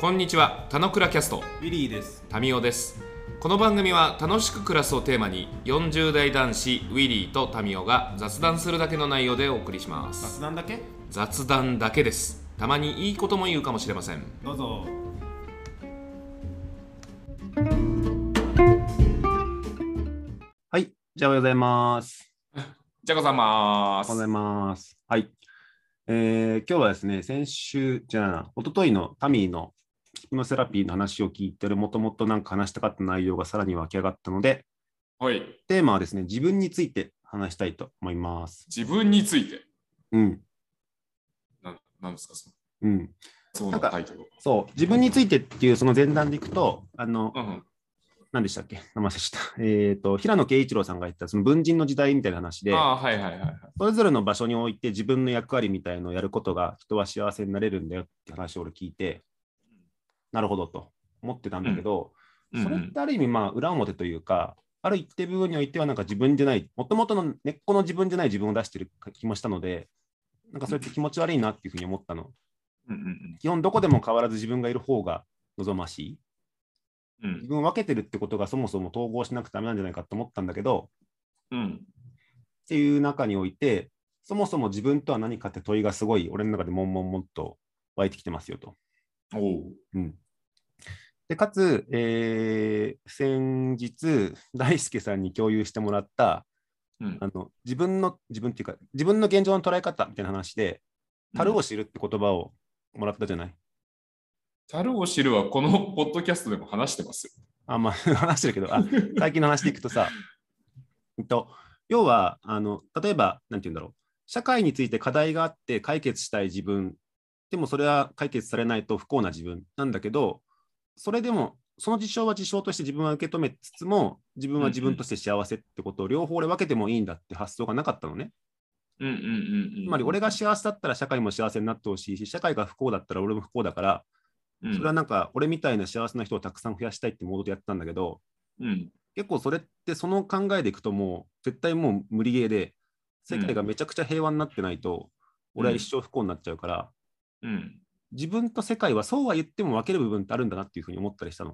こんにちは、たのくらキャストウィリーです。 タミオです。この番組は楽しく暮らすをテーマに40代男子ウィリーとタミオが雑談するだけの内容でお送りします。 雑談だけ？ 雑談だけです。たまにいいことも言うかもしれません。 どうぞ。はい、じゃあおはようございます。 じゃあございます。 おはようございます。はい。今日はですね、先週じゃないな、一昨日のタミーのヒプノセラピーの話を聞いてる、もともとなんか話したかった内容がさらに湧き上がったので、 はい。 テーマはですね、自分について話したいと思います。 自分について。 うん。 なんですかそうん。 のタイトル。 そう、自分についてっていうその前段でいくと、何でしたっけ名前でした。平野啓一郎さんが言ったその文人の時代みたいな話で、それぞれの場所において自分の役割みたいのをやることが人は幸せになれるんだよって話を俺聞いて、なるほどと思ってたんだけど、それってある意味まあ裏表というか、ある一定部分においてはなんか自分じゃない、もともとの根っこの自分じゃない自分を出してる気もしたので、なんかそれって気持ち悪いなっていうふうに思ったの。基本どこでも変わらず自分がいる方が望ましい。自分を分けてるってことがそもそも統合しなくてダメなんじゃないかと思ったんだけど、っていう中において、そもそも自分とは何かって問いがすごい俺の中でもんと湧いてきてますよと。でかつ、先日大輔さんに共有してもらった、自分っていうか自分の現状の捉え方みたいな話で、樽を知るって言葉をもらったじゃない。 樽を知るはこのポッドキャストでも話してますよ。 まあ話してるけど、最近の話でいくとさ、要は例えばなんて言うんだろう、社会について課題があって解決したい自分でもそれは解決されないと不幸な自分なんだけど、それでもその事象は事象として自分は受け止めつつも自分は自分として幸せってことを両方俺分けてもいいんだって発想がなかったのね。つまり俺が幸せだったら社会も幸せになってほしいし、社会が不幸だったら俺も不幸だから、それはなんか俺みたいな幸せな人をたくさん増やしたいってモードでやってたんだけど、結構それってその考えでいくともう絶対もう無理ゲーで、世界がめちゃくちゃ平和になってないと俺は一生不幸になっちゃうから、自分と世界はそうは言っても分ける部分ってあるんだなっていうふうに思ったりしたの。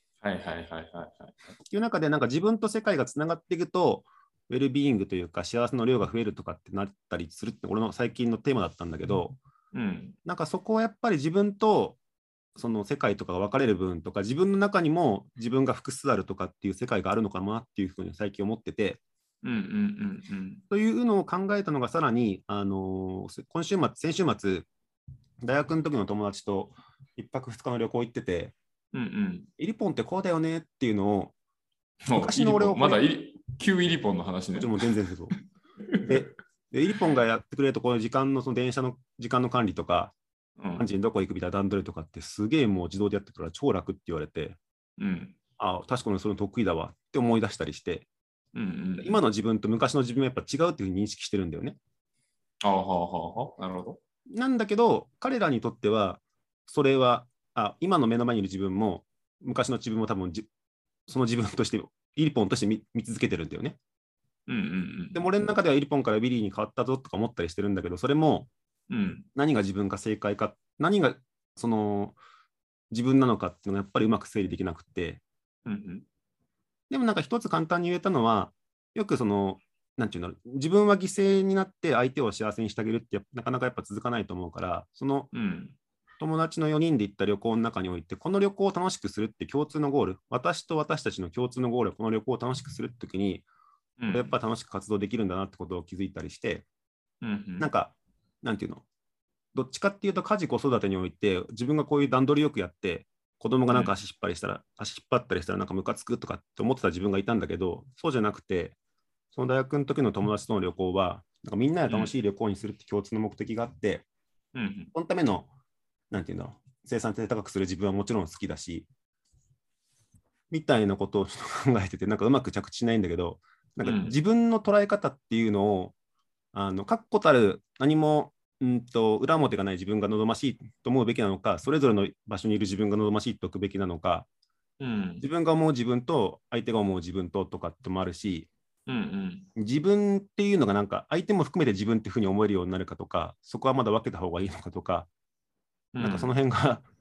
っていう中でなんか自分と世界がつながっていくとウェルビーイングというか幸せの量が増えるとかってなったりするって俺の最近のテーマだったんだけど、なんかそこはやっぱり自分とその世界とかが分かれる部分とか、自分の中にも自分が複数あるとかっていう世界があるのかなっていうふうに最近思ってて、というのを考えたのがさらに、先週末、大学の時の友達と1泊2日の旅行行ってて、イリポンってこうだよねっていうのを、 昔の俺をまだ旧イリポンの話ね。 もう全然そうでイリポンがやってくれるとこの時間のその電車の時間の管理とか、何時にどこ行くみたいな段取りとかってすげえもう自動でやってくから超楽って言われて、確かにそれ得意だわって思い出したりして、今の自分と昔の自分はやっぱ違うっていうふうに認識してるんだよね。 なるほど。 なんだけど彼らにとってはそれは今の目の前にいる自分も昔の自分も多分その自分としてイリポンとして 見続けてるんだよね。でも俺の中ではイリポンからウィリーに変わったぞとか思ったりしてるんだけど、それも何が自分が正解か、何がその自分なのかっていうのがやっぱりうまく整理できなくて、でもなんか一つ簡単に言えたのは、よくなんていうんだろう、自分は犠牲になって相手を幸せにしてあげるってなかなかやっぱ続かないと思うから、その友達の4人で行った旅行の中において、この旅行を楽しくするって共通のゴール、私と私たちの共通のゴール、この旅行を楽しくするって時に、やっぱ楽しく活動できるんだなってことを気づいたりして、なんか、なんていうの、どっちかっていうと家事子育てにおいて自分がこういう段取りよくやって子供がなんか足引っ張ったりしたらなんかムカつくとかって思ってた自分がいたんだけど、そうじゃなくて、その大学の時の友達との旅行はなんかみんなで楽しい旅行にするって共通の目的があって、そのためのなんていうの生産性高くする自分はもちろん好きだしみたいなことを考えてて、なんかうまく着地しないんだけど、なんか自分の捉え方っていうのを確固たる何も裏表がない自分が望ましいと思うべきなのか、それぞれの場所にいる自分が望ましいと置くべきなのか、自分が思う自分と相手が思う自分とかってもあるし、自分っていうのがなんか相手も含めて自分っていうふうに思えるようになるかとか、そこはまだ分けた方がいいのかとか、なんかその辺が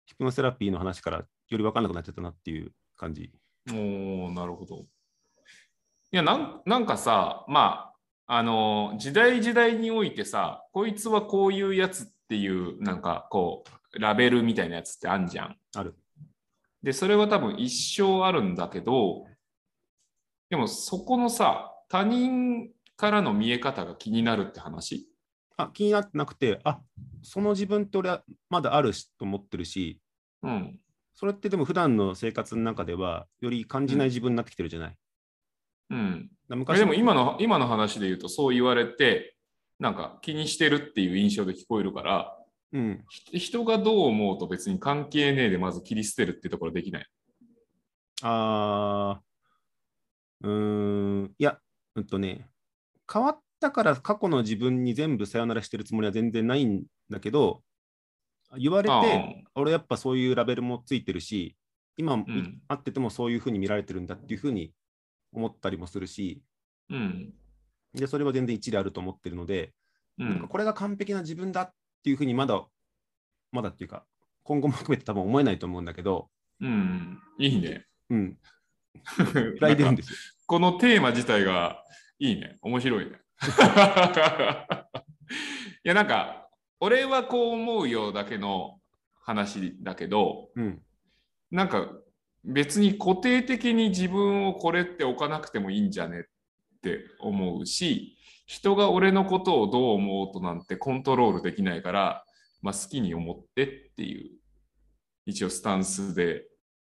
ヒプノセラピーの話からより分かんなくなっちゃったなっていう感じ。 なるほど。いや、なんかさ、まあ、時代時代においてさ、こいつはこういうやつっていう、なんかこう、ラベルみたいなやつってあんじゃん。 ある。 で、それは多分一生あるんだけど、でもそこのさ、他人からの見え方が気になるって話。 気になってなくて、その自分って俺はまだあるしと思ってるし、 うん。 それってでも普段の生活の中ではより感じない自分になってきてるじゃない。 うん。 昔のでも今の話で言うとそう言われて、なんか気にしてるっていう印象で聞こえるから、 うん、 人がどう思うと別に関係ねえでまず切り捨てるっていうところできない。 あいや、変わったから過去の自分に全部さよならしてるつもりは全然ないんだけど、言われて、 ああ、 俺やっぱそういうラベルもついてるし、今うん、 会っててもそういうふうに見られてるんだっていうふうに思ったりもするし、 うん、 で、それは全然一理あると思ってるので、なんかうん、 これが完璧な自分だっていうふうにまだっていうか、今後も含めて多分思えないと思うんだけど、 うん、いいね。 うん、揺らなんか、 いでるんですよ。 このテーマ自体がいいね。面白いね。いや、なんか、俺はこう思うよだけの話だけど、 うん、 なんか別に固定的に自分をこれって置かなくてもいいんじゃねって思うし、人が俺のことをどう思うとなんてコントロールできないから、まあ、好きに思ってっていう一応スタンスで、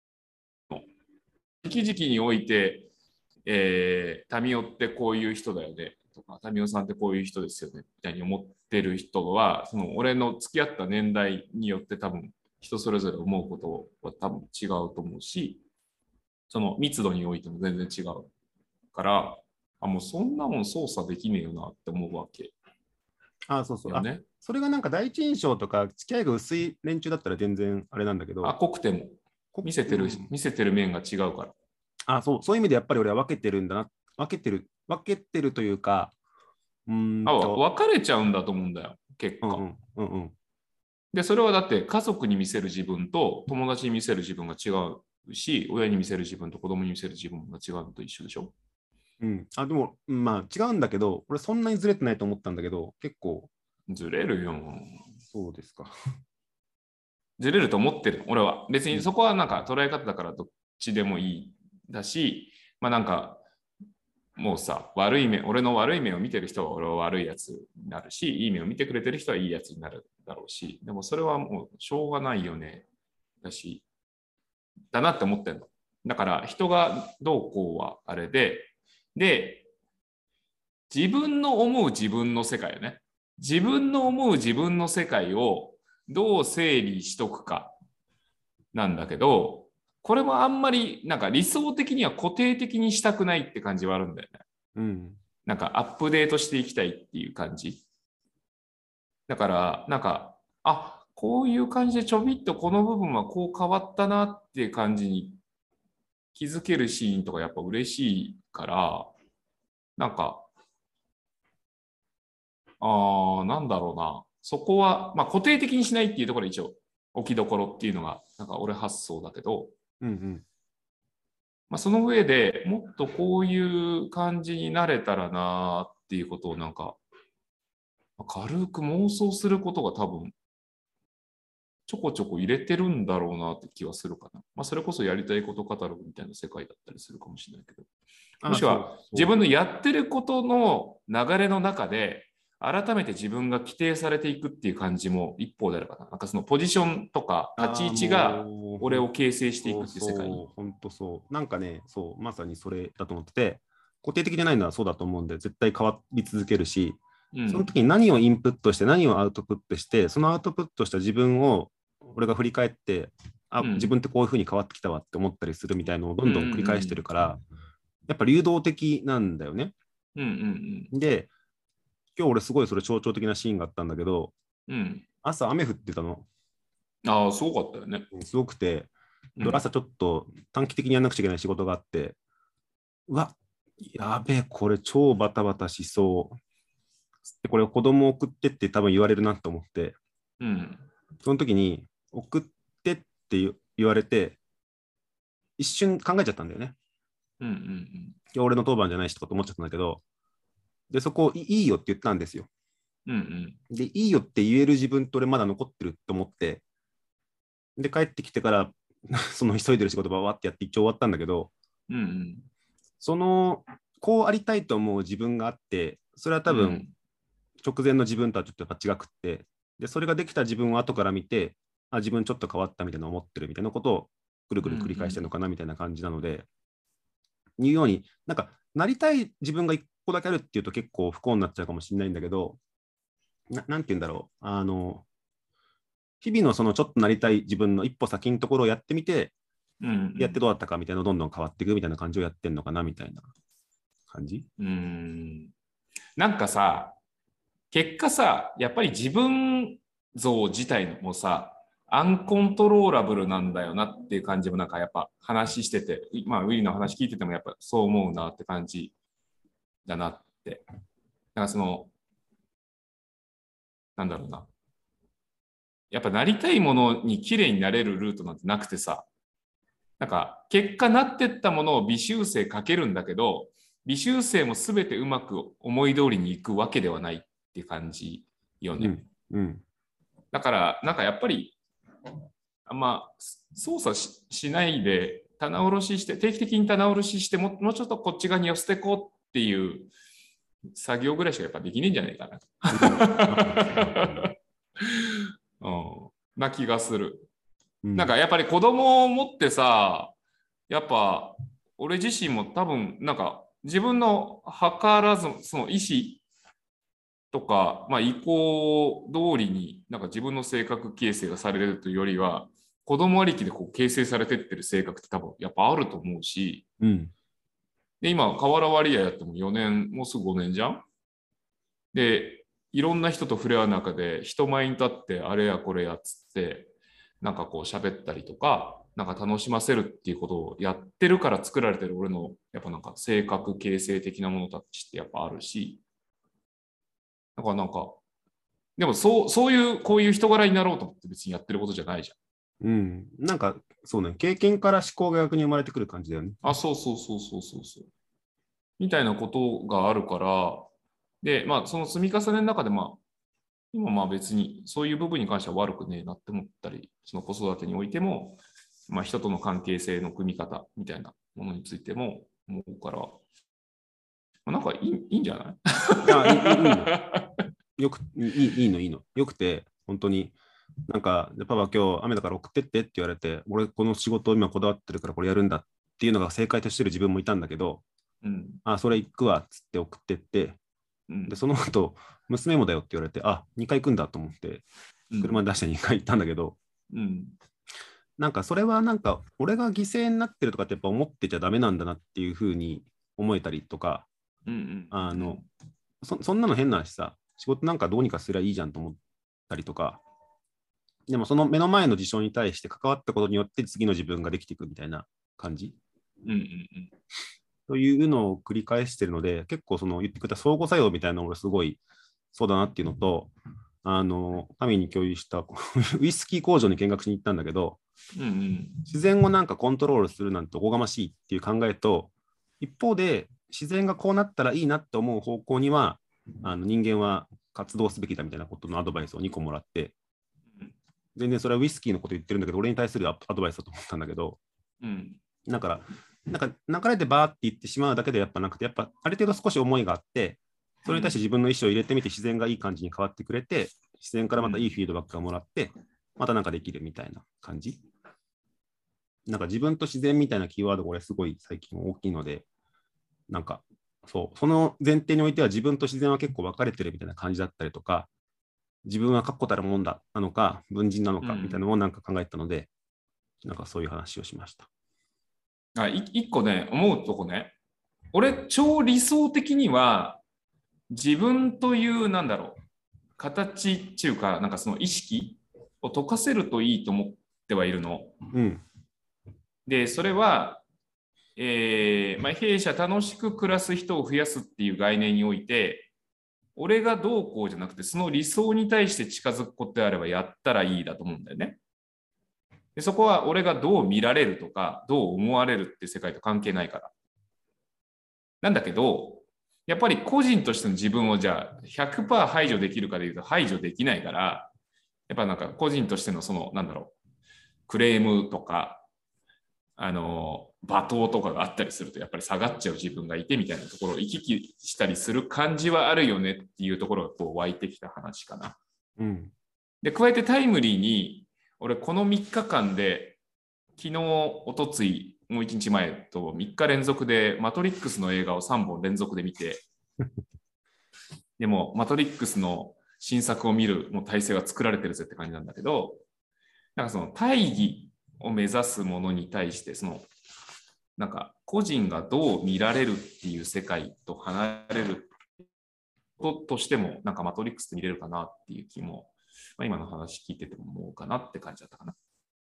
時々において、タミオってこういう人だよねとか、タミオさんってこういう人ですよねみたいに思ってる人は、その俺の付き合った年代によって多分人それぞれ思うことは多分違うと思うし、その密度においても全然違うから、もうそんなもん操作できねえよなって思うわけそうそう。 よね。 それがなんか第一印象とか付き合いが薄い連中だったら全然あれなんだけど、 濃くてもうん、 見せてる面が違うから。 そういう意味でやっぱり俺は分けてるんだな、分けてるというか、 別れちゃうんだと思うんだよ、結果。 うんうんうんうん。 で、それはだって家族に見せる自分と友達に見せる自分が違うし、親に見せる自分と子供に見せる自分が違うのと一緒でしょ。 うん、でも、まあ違うんだけど、俺そんなにずれてないと思ったんだけど、結構、 ずれるよ。 そうですか。 ずれると思ってる。俺は。別うん、 にそこはなんか捉え方だからどっちでもいいだし、まあなんか、もうさ、俺の悪い面を見てる人は俺は悪いやつになるし、いい面を見てくれてる人はいいやつになるだろうし、でもそれはもうしょうがないよね。だし、だなって思ってんの。だから人がどうこうはあれで、自分の思う自分の世界よね。自分の思う自分の世界をどう整理しとくかなんだけど、これもあんまりなんか理想的には固定的にしたくないって感じはあるんだよね。 うん、 なんかアップデートしていきたいっていう感じ。だから、なんか、こういう感じでちょびっとこの部分はこう変わったなっていう感じに気づけるシーンとかやっぱ嬉しいから、なんか、なんだろうな。そこは、まあ固定的にしないっていうところ一応置きどころっていうのが、なんか俺発想だけど、 うん、うん。 まあその上でもっとこういう感じになれたらなっていうことをなんか、軽く妄想することが多分ちょこちょこ入れてるんだろうなって気はするかな。まあ、それこそやりたいことカタログみたいな世界だったりするかもしれないけど。もしくそうは自そ分のやってることの流れの中で、改めて自分が規定されていくっていう感じも一方であるかな。なんかそのポジションとかう。 立ち位置がもう、 俺を形成していくっていう世界。 そう、本当そう。なんかね、そう、まさにそれだと思ってて、固定的じゃないのはそうだと思うんで、絶対変わり続けるし、そのうん。 時に何をインプットして何をアウトプットして、そのアウトプットした自分を俺が振り返って、自うん。 分ってこういうふうに変わってきたわって思ったりするみたいのをどうん。うんどん繰り返してるん。 から、やっぱ流動的なんだよね。 うん。うん。 で、今日俺すごいそれ象徴的なシーンがあったんだけど、 うん。 朝雨降ってたの。 すごかったよね。 すごくて、 うん。 朝ちょっと短期的にやんなくちゃいけない仕事があって、うわ、やべえ、これ超バタバタしそう。で、これ子供送ってって多分言われるなと思って、 うん。 その時に送ってっって言われて、一瞬考えちゃったんだよね。 うんうんうん。 俺の当番じゃないしとかと思っちゃったんだけど、で、そこいいよって言ったんですよ。 うんうん。 で、いいよって言える自分と俺まだ残ってると思って、で、帰ってきてからその急いでる仕事ばわってやって一応終わったんだけど、 うんうん。 その、こうありたいと思う自分があって、それは多分、直前の自分とはちょっとやっぱ違くって、で、それができた自分を後から見て、あ、自分ちょっと変わったみたいな思ってるみたいなことをぐるぐる繰り返してるのかなみたいな感じなので、いうように、なんか、なりたい自分が一個だけあるっていうと結構不幸になっちゃうかもしれないんだけど、なんて言うんだろう。日々のそのちょっとなりたい自分の一歩先のところをやってみて、やってどうだったかみたいなのどんどん変わっていくみたいな感じをやってんのかなみたいな感じ。 なんかさ、結果さ、やっぱり自分像自体もさ、アンコントローラブルなんだよなっていう感じもなんかやっぱ話してて、まあウィリーの話聞いててもやっぱそう思うなって感じだなって。なんかその、なんだろうな。やっぱなりたいものに綺麗になれるルートなんてなくてさ、なんか結果なってったものを微修正かけるんだけど、微修正も全てうまく思い通りにいくわけではないって感じよね。だからなんかやっぱりあんま操作 しないで棚卸しして定期的に棚卸ししてもうちょっとこっち側に寄せてこうっていう作業ぐらいしかやっぱできねえんじゃないかな。な気がする。なんかやっぱり子供を持ってさ、やっぱ俺自身も多分なんか自分の図らずその意思とか、まあ、意向通りになんか自分の性格形成がされるというよりは子供ありきでこう形成されてってる性格って多分やっぱあると思うし、で今河原割合やっても4年もうすぐ5年じゃん。でいろんな人と触れ合う中で人前に立ってあれやこれやっつってなんかこう喋ったりとかなんか楽しませるっていうことをやってるから作られてる俺のやっぱなんか性格形成的なものたちってやっぱあるし、だからなんかでもそういうこういう人柄になろうと思って別にやってることじゃないじゃん。なんかそうね、経験から思考が逆に生まれてくる感じだよね。 そうみたいなことがあるから、でまあその積み重ねの中で今まあ別にそういう部分に関しては悪くねえなって思ったり、その子育てにおいても、まあ、人との関係性の組み方みたいなものについても思うから、まあ、なんかいいんじゃないいいの。よくて、本当に、なんか、パパ今日雨だから送ってってって言われて、俺この仕事今こだわってるからこれやるんだっていうのが正解としてる自分もいたんだけど、それ行くわっつって送ってって、で、その後、娘もだよって言われて、2回行くんだと思って、車出して2回行ったんだけど、なんかそれはなんか、俺が犠牲になってるとかってやっぱ思ってちゃダメなんだなっていうふうに思えたりとか、そんなの変な話さ、仕事なんかどうにかすりゃいいじゃんと思ったりとか、でもその目の前の事象に対して関わったことによって次の自分ができていくみたいな感じ。というのを繰り返してるので、結構その言ってくれた相互作用みたいなのがすごいそうだなっていうのと、神に共有したウイスキー工場に見学しに行ったんだけど、自然をなんかコントロールするなんておこがましいっていう考えと、一方で自然がこうなったらいいなって思う方向には人間は活動すべきだみたいなことのアドバイスを2個もらって、全然それはウイスキーのこと言ってるんだけど、俺に対するアドバイスだと思ったんだけど、だからなんか流れでバーって言ってしまうだけでやっぱなくて、やっぱある程度少し思いがあって、それに対して自分の意思を入れてみて自然がいい感じに変わってくれて、自然からまたいいフィードバックがもらって、またなんかできるみたいな感じ。なんか自分と自然みたいなキーワードが俺すごい最近大きいので、なんかその前提においては自分と自然は結構分かれてるみたいな感じだったりとか、自分は確固たるもんだなのか、文人なのかみたいなのをなんか考えたので、なんかそういう話をしました。 一個ね、思うとこね、俺、超理想的には、自分というなんだろう形っていうかなんかその意識を解かせるといいと思ってはいるの。でそれは、弊社楽しく暮らす人を増やすっていう概念において俺がどうこうじゃなくてその理想に対して近づくことであればやったらいいだと思うんだよね。 でそこは俺がどう見られるとか、どう思われるって世界と関係ないから。なんだけど、やっぱり個人としての自分をじゃあ 100% 排除できるかでいうと排除できないから、やっぱなんか個人としてのその、なんだろう、クレームとか、罵倒とかがあったりすると、やっぱり下がっちゃう自分がいてみたいなところを行き来したりする感じはあるよねっていうところがこう湧いてきた話かな。 うん。 で、加えてタイムリーに、俺この3日間で、昨日、おとつい、もう1日前と3日連続でマトリックスの映画を3本連続で見て、でもマトリックスの新作を見るもう体制が作られてるぜって感じなんだけど、なんかその大義を目指すものに対して、そのなんか個人がどう見られるっていう世界と離れることとしても、なんかマトリックスって見れるかなっていう気も、今の話聞いてても思うかなって感じだったかな。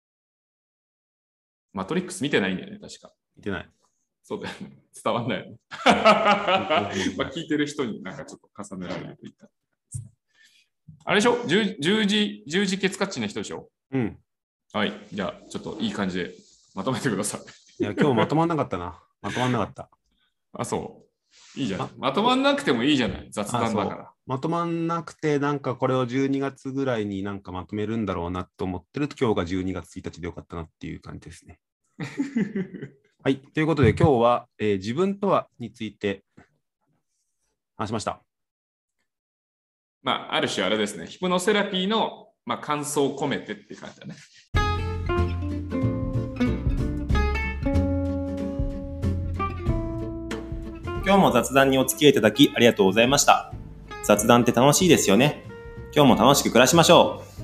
マトリックス見てないんだよね、確か。 見てない。 そうだよね。伝わんないよね。聞いてる人になんかちょっと重ねられるといった。あれでしょ 10時ケツカッチな人でしょ。 うん。 はい。じゃあ、ちょっといい感じでまとめてください。 いや、今日まとまんなかったな。まとまんなかった。 あ、そう。いいじゃない。まとまんなくてもいいじゃない。雑談だから。 まとまんなくて、なんかこれを12月ぐらいになんかまとめるんだろうなと思ってると、今日が12月1日でよかったなっていう感じですね。はい。ということで、今日は、自分とはについて話しました。 ある種あれですね。ヒプノセラピーの、感想を込めてっていう感じだね。 今日も雑談にお付き合いいただきありがとうございました。雑談って楽しいですよね。今日も楽しく暮らしましょう。